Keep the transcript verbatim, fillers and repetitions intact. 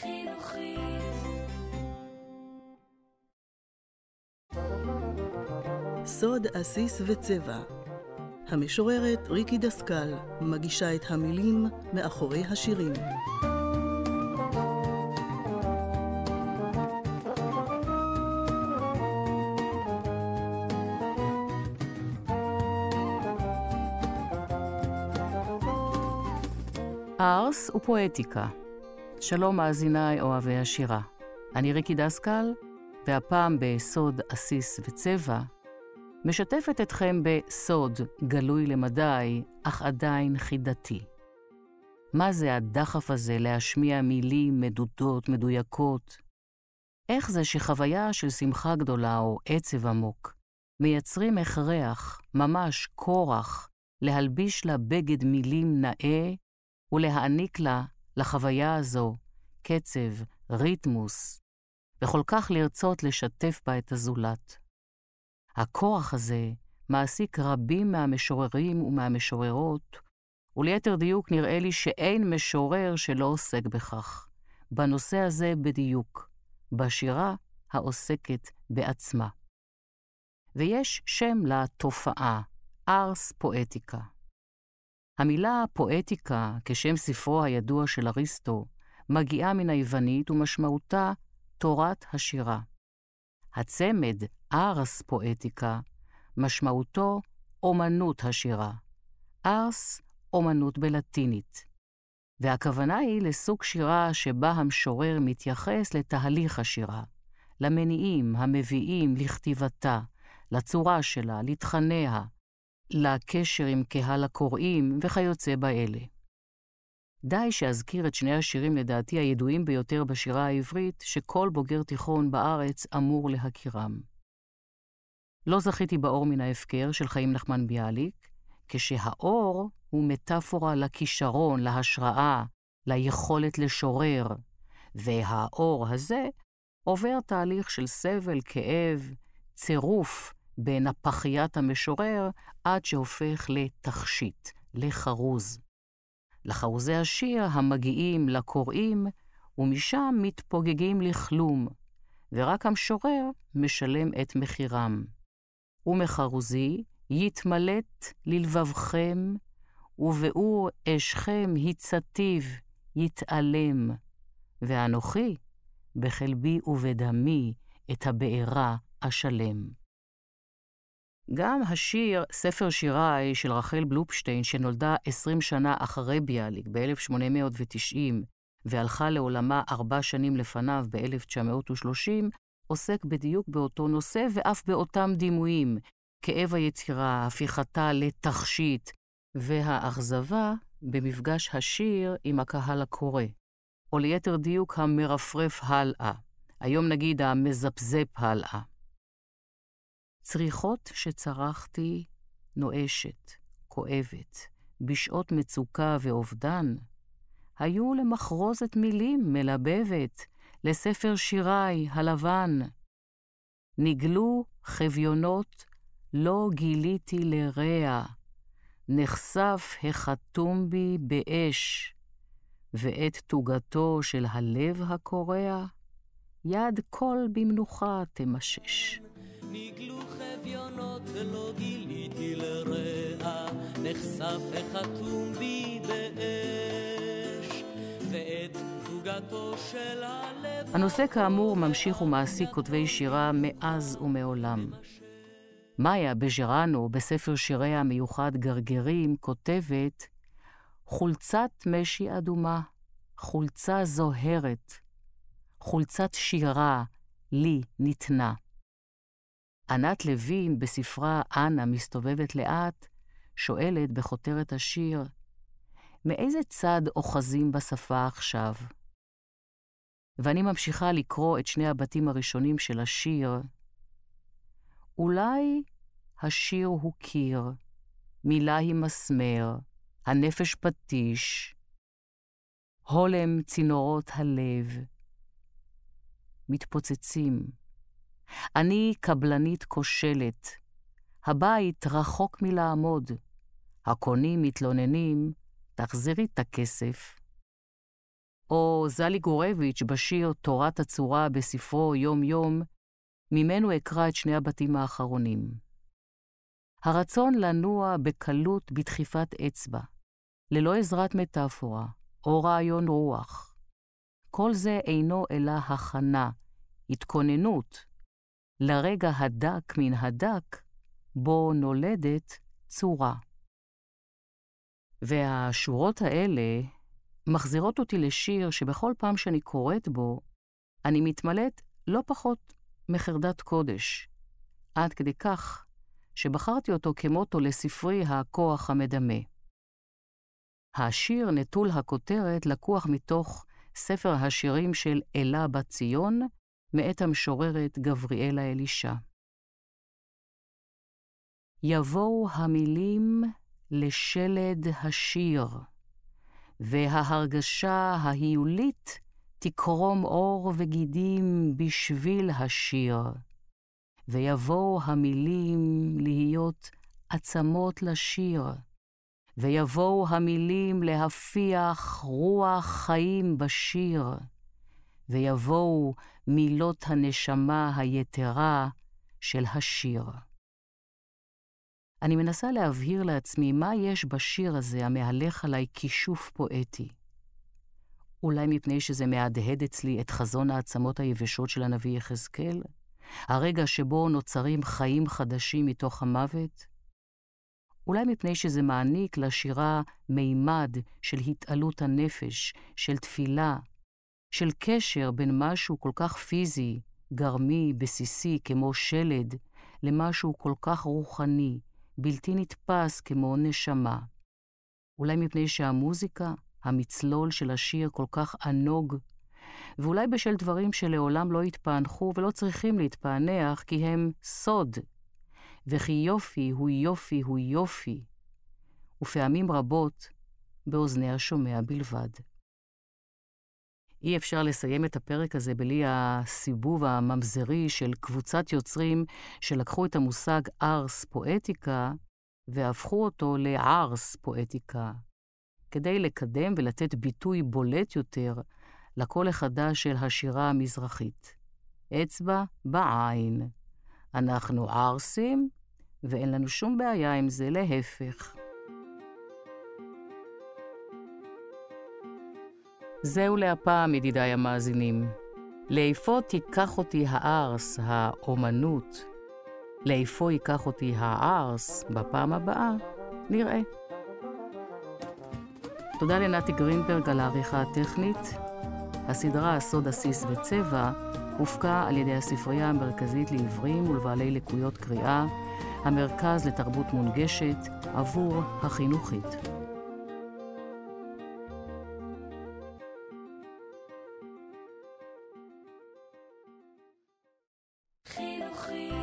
חינוכית. סוד עסיס וצבע. המשוררת ריקי דסקל מגישה את המילים מאחורי השירים. ארס ופואטיקה. שלום מאזיניי אוהבי השירה. אני ריקי דסקל, והפעם בסוד עסיס וצבע, משתפת אתכם בסוד גלוי למדי, אך עדיין חידתי. מה זה הדחף הזה להשמיע מילים מדודות, מדויקות? איך זה שחוויה של שמחה גדולה או עצב עמוק מייצרים הכרח, ממש כורח, להלביש לה בגד מילים נאה ולהעניק לה, לחוויה הזו, קצב, ריתמוס, וכל כך לרצות לשתף בה את הזולת. הכוח הזה מעסיק רבים מהמשוררים ומהמשוררות, וליתר דיוק נראה לי שאין משורר שלא עוסק בכך, בנושא הזה בדיוק, בשירה העוסקת בעצמה. ויש שם לתופעה, ארס פואטיקה. המילה פואטיקה, כשם ספרו הידוע של אריסטו, מגיעה מן היוונית ומשמעותה תורת השירה. הצמד ארס פואטיקה, משמעותו אומנות השירה. ארס, אומנות בלטינית. והכוונה היא לסוג שירה שבה המשורר מתייחס לתהליך השירה, למניעים המביאים לכתיבתה, לצורה שלה, לתכניה, לקשר עם קהל הקוראים וכיוצא באלה. די שאזכיר את שני השירים לדעתי הידועים ביותר בשירה העברית, שכל בוגר תיכון בארץ אמור להכירם. לא זכיתי באור מן ההפקר של חיים נחמן ביאליק, כשהאור הוא מטאפורה לכישרון, להשראה, ליכולת לשורר, והאור הזה עובר תהליך של סבל, כאב, צירוף, בין הפחיית המשורר עד שהופך לתכשיט, לחרוז. לחרוזי השיר המגיעים לקוראים, ומשם מתפוגגים לכלום, ורק המשורר משלם את מחירם. ומחרוזי יתמלט ללבבכם, ובאור אשכם יצטיב, יתעלם, ואנוכי בחלבי ובדמי את הבארה אשלם. גם השיר ספר שיריי של רחל בלופשטיין, שנולדה עשרים שנה אחרי ביאליק ב-אלף שמונה מאות ותשעים, והלכה לעולמה ארבע שנים לפניו ב-אלף תשע מאות ושלושים, עוסק בדיוק באותו נושא ואף באותם דימויים, כאב היצירה, הפיכתה לתכשיט, והאכזבה במפגש השיר עם הקהל הקורא, או ליתר דיוק המרפרף הלאה, היום נגיד המזפזפ הלאה. צריכות שצרכתי נואשת, כואבת, בשעות מצוקה ואובדן, היו למחרוזת מילים מלבבת, לספר שיריי הלבן. נגלו חביונות, לא גיליתי לרע, נחשף החתום בי באש, ואת תוגתו של הלב הקורע, יד כל במנוחה תמשש. נגלו חביונות ולא גיליתי לרע, נחשף החתום בי באש, ואת תוגתו של הלב. הנושא כאמור ממשיך ומעסיק כותבי שירה מאז ומעולם. מאיה בז'רנו בספר שיריה המיוחד גרגרים כותבת, חולצת משי אדומה, חולצה זוהרת, חולצת שירה לי ניתנה. ענת לוין בספרה אנה מסתובבת לאט, שואלת בכותרת השיר, מאיזה צד אוחזים בשפה עכשיו? ואני ממשיכה לקרוא את שני הבתים הראשונים של השיר. אולי השיר הוא קיר, מילה היא מסמר, הנפש פטיש, הולם צינורות הלב, מתפוצצים. אני קבלנית כושלת, הבית רחוק מלעמוד, הקונים מתלוננים, תחזרי את הכסף. או זלי גורביץ' בשיר תורת הצורה בספרו יום יום, ממנו אקרא את שני הבתים האחרונים. הרצון לנוע בקלות בדחיפת אצבע, ללא עזרת מטאפורה או רעיון רוח. כל זה אינו אלא הכנה, התכוננות, לרגע הדק מן הדק, בו נולדת צורה. והשורות האלה מחזירות אותי לשיר שבכל פעם שאני קוראת בו, אני מתמלאת לא פחות מחרדת קודש, עד כדי כך שבחרתי אותו כמוטו לספרי הכוח המדמה. השיר נטול הכותרת לקוח מתוך ספר השירים של אלה בת ציון, מאת המשוררת גבריאלה אלישע. יבואו המילים לשלד השיר, וההרגשה ההיולית תקרום אור וגידים בשביל השיר, ויבואו המילים להיות עצמות לשיר, ויבואו המילים להפיח רוח חיים בשיר, ויבואו מילות הנשמה היתרה של השיר. אני מנסה להבהיר לעצמי מה יש בשיר הזה המהלך עליי כישוף פואטי. אולי מפני שזה מהדהד אצלי את חזון העצמות היבשות של הנביא יחזקאל, הרגע שבו נוצרים חיים חדשים מתוך המוות? אולי מפני שזה מעניק לשירה מימד של התעלות הנפש, של תפילה, של קשר בין משהו כל כך פיזי, גרמי, בסיסי כמו שלד, למשהו כל כך רוחני, בלתי נתפס כמו נשמה. אולי מפני שהמוזיקה, המצלול של השיר כל כך ענוג, ואולי בשל דברים שלעולם לא התפענחו ולא צריכים להתפענח כי הם סוד, וכי יופי הוא יופי הוא יופי, ופעמים רבות באוזני השומע בלבד. אי אפשר לסיים את הפרק הזה בלי הסיבוב הממזרי של קבוצת יוצרים שלקחו את המושג ארס פואטיקה והפכו אותו לארס פואטיקה, כדי לקדם ולתת ביטוי בולט יותר לקול החדש של השירה המזרחית. אצבע בעין. אנחנו ארסים, ואין לנו שום בעיה עם זה, להפך. זהו להפעם, ידידיי המאזינים. לאיפה תיקח אותי הארס, האומנות? לאיפה ייקח אותי הארס בפעם הבאה? נראה. תודה לנתי גרינברג על העריכה הטכנית. הסדרה סוד עסיס וצבע הופקה על ידי הספרייה המרכזית לעיוורים ולבעלי לקויות קריאה, המרכז לתרבות מונגשת עבור החינוכית. חינוכית